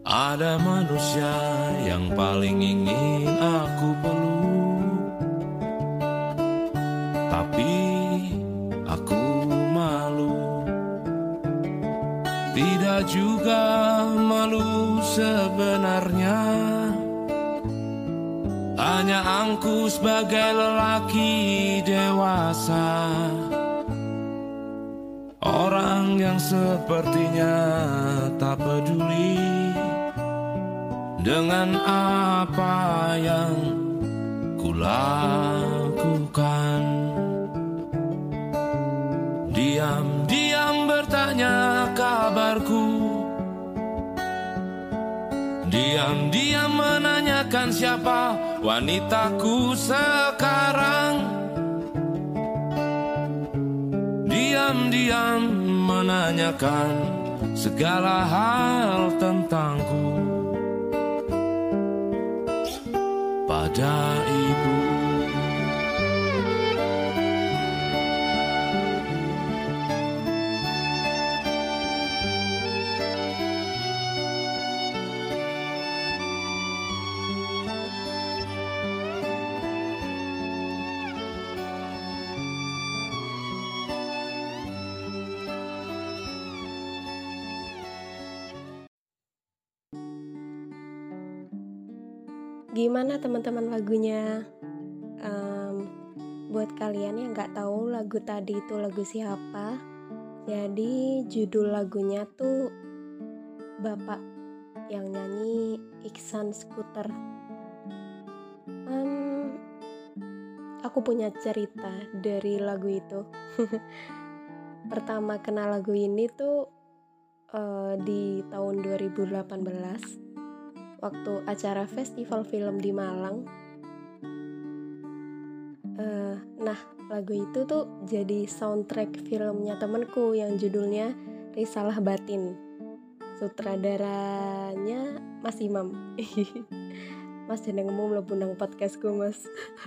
Ada manusia yang paling ingin aku peluk, tapi aku malu. Tidak juga malu sebenarnya, hanya angku sebagai lelaki dewasa, orang yang sepertinya tak peduli dengan apa yang kulakukan. Diam-diam bertanya kabarku, diam-diam menanyakan siapa wanitaku sekarang. Diam-diam menanyakan segala hal tentangku pada ibu. Gimana teman-teman lagunya? Buat kalian yang gak tahu lagu tadi itu lagu siapa, jadi judul lagunya tuh Bapak yang nyanyi Iksan Skuter. Aku punya cerita dari lagu itu. Pertama kenal lagu ini tuh di tahun 2018 waktu acara festival film di Malang. Nah, lagu itu tuh jadi soundtrack filmnya temenku yang judulnya Risalah Batin. Sutradaranya Mas Imam. Mas jeneng umum mlebu nang podcastku, Mas.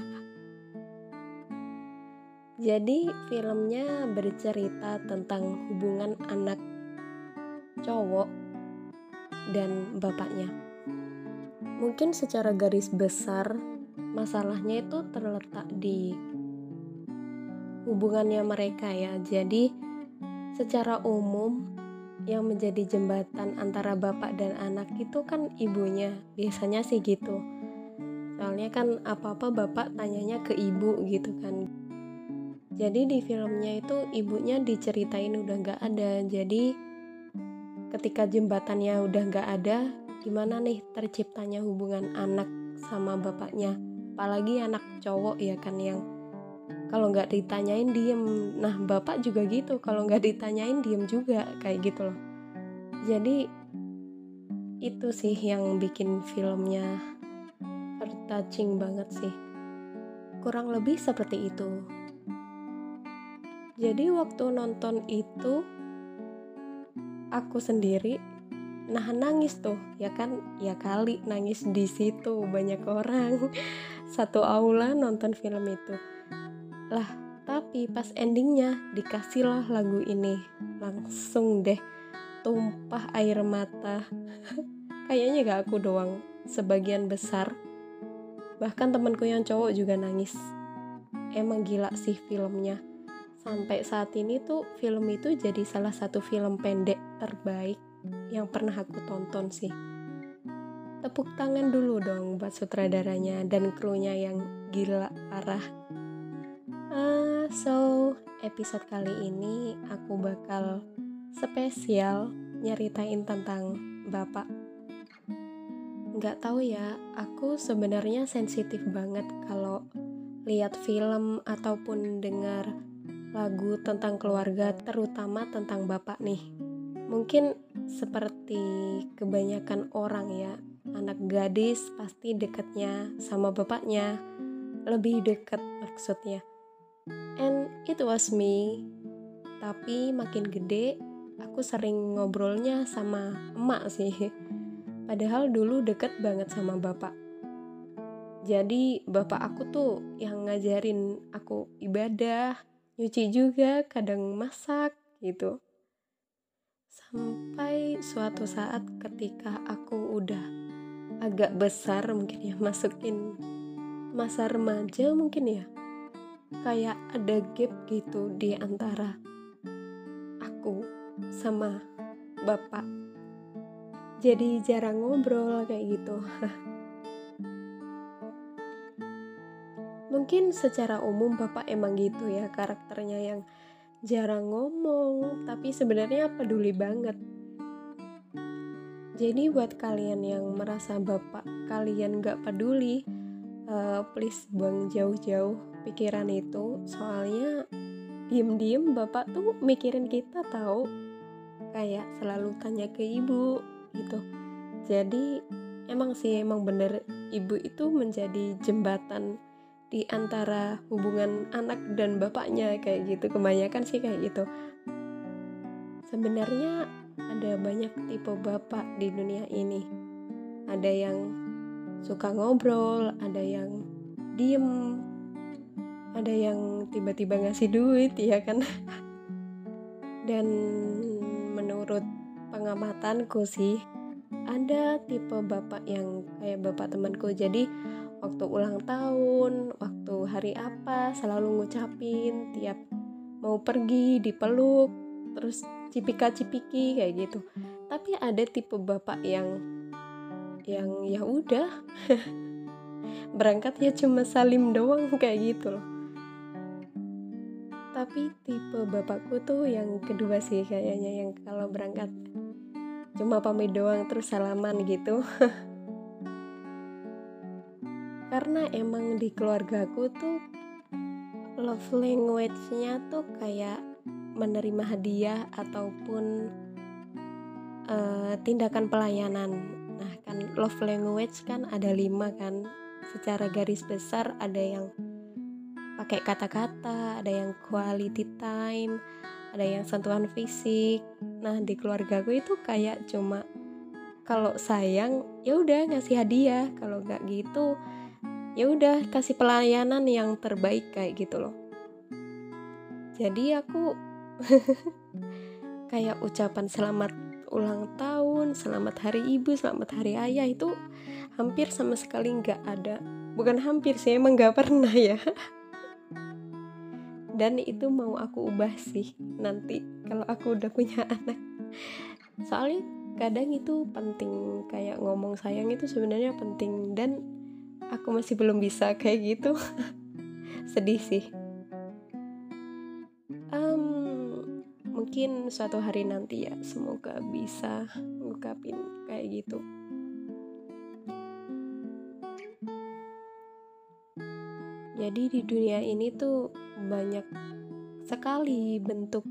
Jadi filmnya bercerita tentang hubungan anak cowok dan bapaknya. Mungkin secara garis besar masalahnya itu terletak di hubungannya mereka ya. Jadi secara umum yang menjadi jembatan antara bapak dan anak itu kan ibunya. Biasanya sih gitu. Soalnya kan apa-apa bapak tanyanya ke ibu gitu kan. Jadi di filmnya itu ibunya diceritain udah gak ada. Jadi ketika jembatannya udah gak ada, gimana nih terciptanya hubungan anak sama bapaknya, apalagi anak cowok ya kan, yang kalau nggak ditanyain diem. Nah bapak juga gitu, kalau nggak ditanyain diem juga kayak gitu loh. Jadi itu sih yang bikin filmnya touching banget sih, kurang lebih seperti itu. Jadi waktu nonton itu aku sendiri nahan nangis tuh, ya kan, ya kali nangis di situ banyak orang satu aula nonton film itu lah. Tapi pas endingnya dikasih lah lagu ini, langsung deh tumpah air mata. Kayaknya gak aku doang, sebagian besar bahkan temanku yang cowok juga nangis. Emang gila sih filmnya. Sampai saat ini tuh film itu jadi salah satu film pendek terbaik yang pernah aku tonton sih. Tepuk tangan dulu dong buat sutradaranya dan krunya yang gila parah. So episode kali ini aku bakal spesial nyeritain tentang bapak. Nggak tahu ya, aku sebenarnya sensitif banget kalau lihat film ataupun dengar lagu tentang keluarga, terutama tentang bapak nih. Mungkin seperti kebanyakan orang ya, anak gadis pasti dekatnya sama bapaknya, lebih dekat maksudnya. And it was me. Tapi makin gede, aku sering ngobrolnya sama emak sih. Padahal dulu deket banget sama bapak. Jadi bapak aku tuh yang ngajarin aku ibadah, nyuci juga, kadang masak gitu. Sampai suatu saat ketika aku udah agak besar mungkin ya, masukin masa remaja mungkin ya, kayak ada gap gitu di antara aku sama bapak. Jadi jarang ngobrol kayak gitu. Mungkin secara umum bapak emang gitu ya karakternya, yang jarang ngomong tapi sebenarnya peduli banget. Jadi buat kalian yang merasa bapak kalian gak peduli, please buang jauh-jauh pikiran itu. Soalnya diem-diem bapak tuh mikirin kita tahu, kayak selalu tanya ke ibu gitu. Jadi emang bener ibu itu menjadi jembatan di antara hubungan anak dan bapaknya kayak gitu. Kebanyakan sih kayak gitu. Sebenarnya ada banyak tipe bapak di dunia ini. Ada yang suka ngobrol, ada yang diem, ada yang tiba-tiba ngasih duit ya kan. Dan menurut pengamatanku sih, ada tipe bapak yang kayak bapak temanku. Jadi waktu ulang tahun, waktu hari apa, selalu ngucapin, tiap mau pergi dipeluk, terus cipika-cipiki kayak gitu. Tapi ada tipe bapak yang ya udah berangkat ya cuma salim doang kayak gitu loh. Tapi tipe bapakku tuh yang kedua sih kayaknya, yang kalau berangkat cuma pamit doang terus salaman gitu. Karena emang di keluargaku tuh love language-nya tuh kayak menerima hadiah ataupun tindakan pelayanan. Nah kan love language kan ada 5 kan, secara garis besar. Ada yang pakai kata-kata, ada yang quality time, ada yang sentuhan fisik. Nah di keluargaku itu kayak cuma kalau sayang ya udah ngasih hadiah, kalau nggak gitu ya udah kasih pelayanan yang terbaik kayak gitu loh. Jadi aku kayak ucapan selamat ulang tahun, selamat hari ibu, selamat hari ayah itu hampir sama sekali nggak ada. Bukan hampir sih, emang nggak pernah ya. Dan itu mau aku ubah sih nanti kalau aku udah punya anak. Soalnya kadang itu penting, kayak ngomong sayang itu sebenarnya penting, dan aku masih belum bisa kayak gitu. Sedih sih. Mungkin suatu hari nanti ya, semoga bisa ngungkapin kayak gitu. Jadi di dunia ini tuh banyak sekali bentuk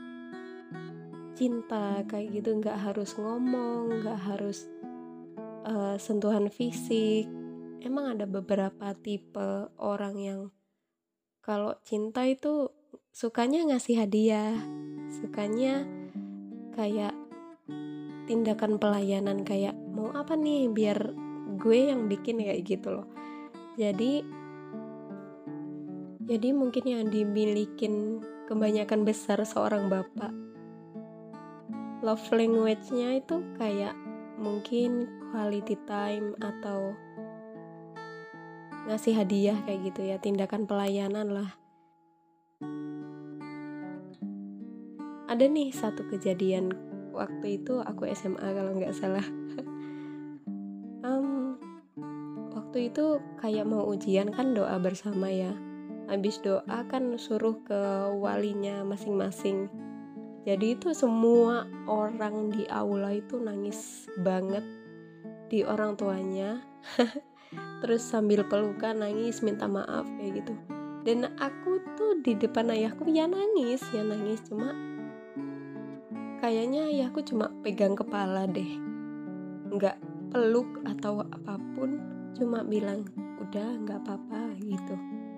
cinta kayak gitu. Gak harus ngomong, gak harus sentuhan fisik. Emang ada beberapa tipe orang yang kalau cinta itu sukanya ngasih hadiah, sukanya kayak tindakan pelayanan, kayak mau apa nih biar gue yang bikin kayak gitu loh. Jadi mungkin yang dimilikin kebanyakan besar seorang bapak, love language-nya itu kayak mungkin quality time atau ngasih hadiah kayak gitu ya, tindakan pelayanan lah. Ada nih satu kejadian, waktu itu aku SMA kalau nggak salah. Waktu itu kayak mau ujian kan, doa bersama ya. Habis doa kan suruh ke walinya masing-masing. Jadi itu semua orang di aula itu nangis banget di orang tuanya. Terus sambil pelukan nangis minta maaf kayak gitu. Dan aku tuh di depan ayahku ya nangis, cuma kayaknya ayahku cuma pegang kepala deh, nggak peluk atau apapun, cuma bilang udah nggak apa-apa gitu.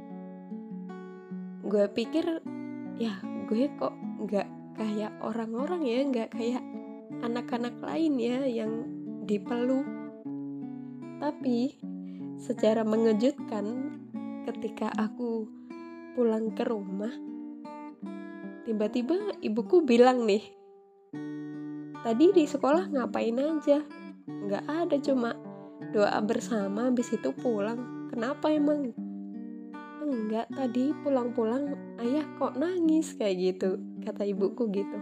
Gue pikir ya gue kok nggak kayak orang-orang ya, nggak kayak anak-anak lain ya yang dipeluk. Tapi secara mengejutkan, ketika aku pulang ke rumah, tiba-tiba ibuku bilang nih, tadi di sekolah ngapain aja? Nggak ada, cuma doa bersama habis itu pulang. Kenapa emang? Enggak, tadi pulang-pulang ayah kok nangis kayak gitu, kata ibuku gitu.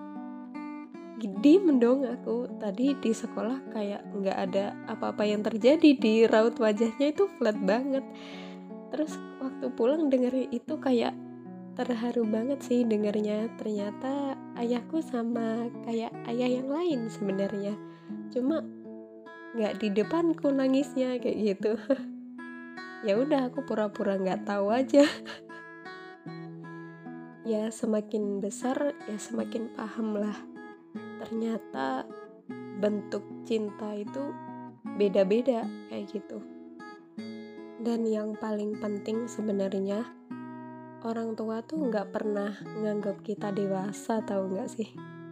Diem dong aku, tadi di sekolah kayak nggak ada apa-apa yang terjadi, di raut wajahnya itu flat banget. Terus waktu pulang denger itu kayak terharu banget sih dengernya. Ternyata ayahku sama kayak ayah yang lain sebenarnya, cuma nggak di depanku nangisnya kayak gitu. Ya udah, aku pura-pura nggak tahu aja. Ya semakin besar ya semakin paham lah, ternyata bentuk cinta itu beda-beda kayak gitu. Dan yang paling penting sebenarnya, orang tua tuh nggak pernah nganggap kita dewasa, tahu nggak sih?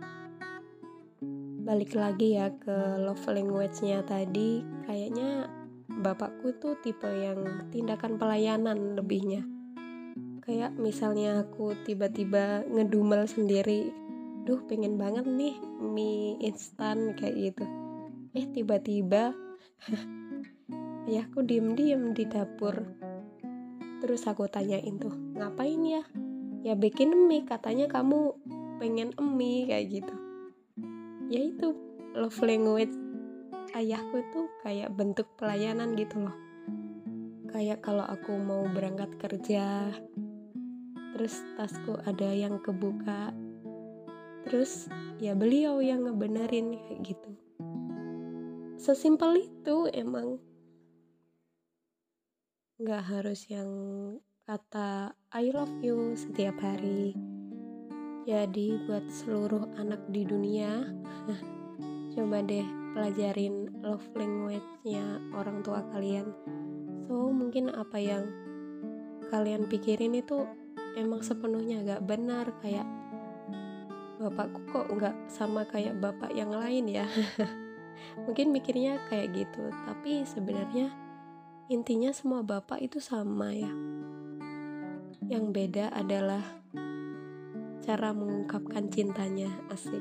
Balik lagi ya ke love language-nya tadi, kayaknya bapakku tuh tipe yang tindakan pelayanan lebihnya. Kayak misalnya aku tiba-tiba ngedumel sendiri, duh pengen banget nih mie instan kayak gitu, tiba-tiba ayahku diem-diem di dapur. Terus aku tanyain tuh, ngapain ya? Ya bikin mie, katanya kamu pengen mie kayak gitu. Ya itu love language ayahku tuh kayak bentuk pelayanan gitu loh. Kayak kalau aku mau berangkat kerja, terus tasku ada yang kebuka, terus ya beliau yang ngebenerin kayak gitu. Sesimpel itu emang. Nggak harus yang kata I love you setiap hari. Jadi buat seluruh anak di dunia, coba deh pelajarin love language-nya orang tua kalian. So mungkin apa yang kalian pikirin itu emang sepenuhnya gak benar. Kayak bapakku kok gak sama kayak bapak yang lain ya. Mungkin mikirnya kayak gitu, tapi sebenarnya intinya semua bapak itu sama ya. Yang beda adalah cara mengungkapkan cintanya. Asik.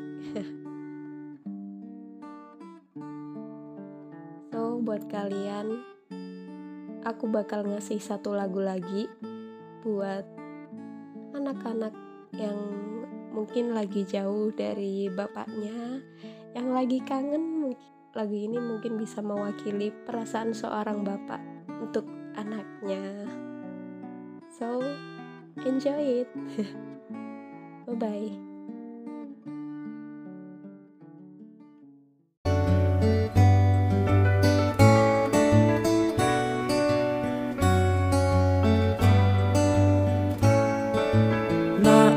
So buat kalian, aku bakal ngasih satu lagu lagi buat anak-anak yang mungkin lagi jauh dari bapaknya, yang lagi kangen. Lagu ini mungkin bisa mewakili perasaan seorang bapak untuk anaknya. So enjoy it. Bye bye. Nak,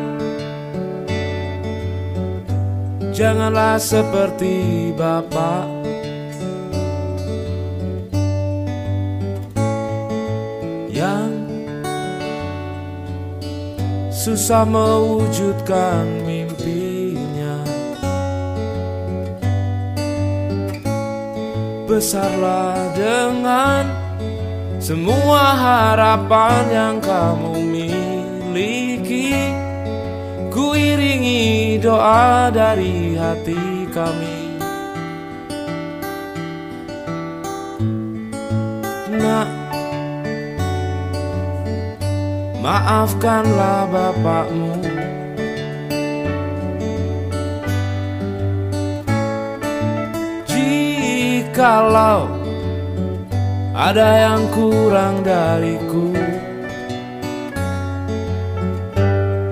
janganlah seperti bapak yang susah mewujudkan mimpinya. Besarlah dengan semua harapan yang kamu miliki. Ku iringi doa dari hati kami. Nak, maafkanlah bapakmu. Jikalau ada yang kurang dariku,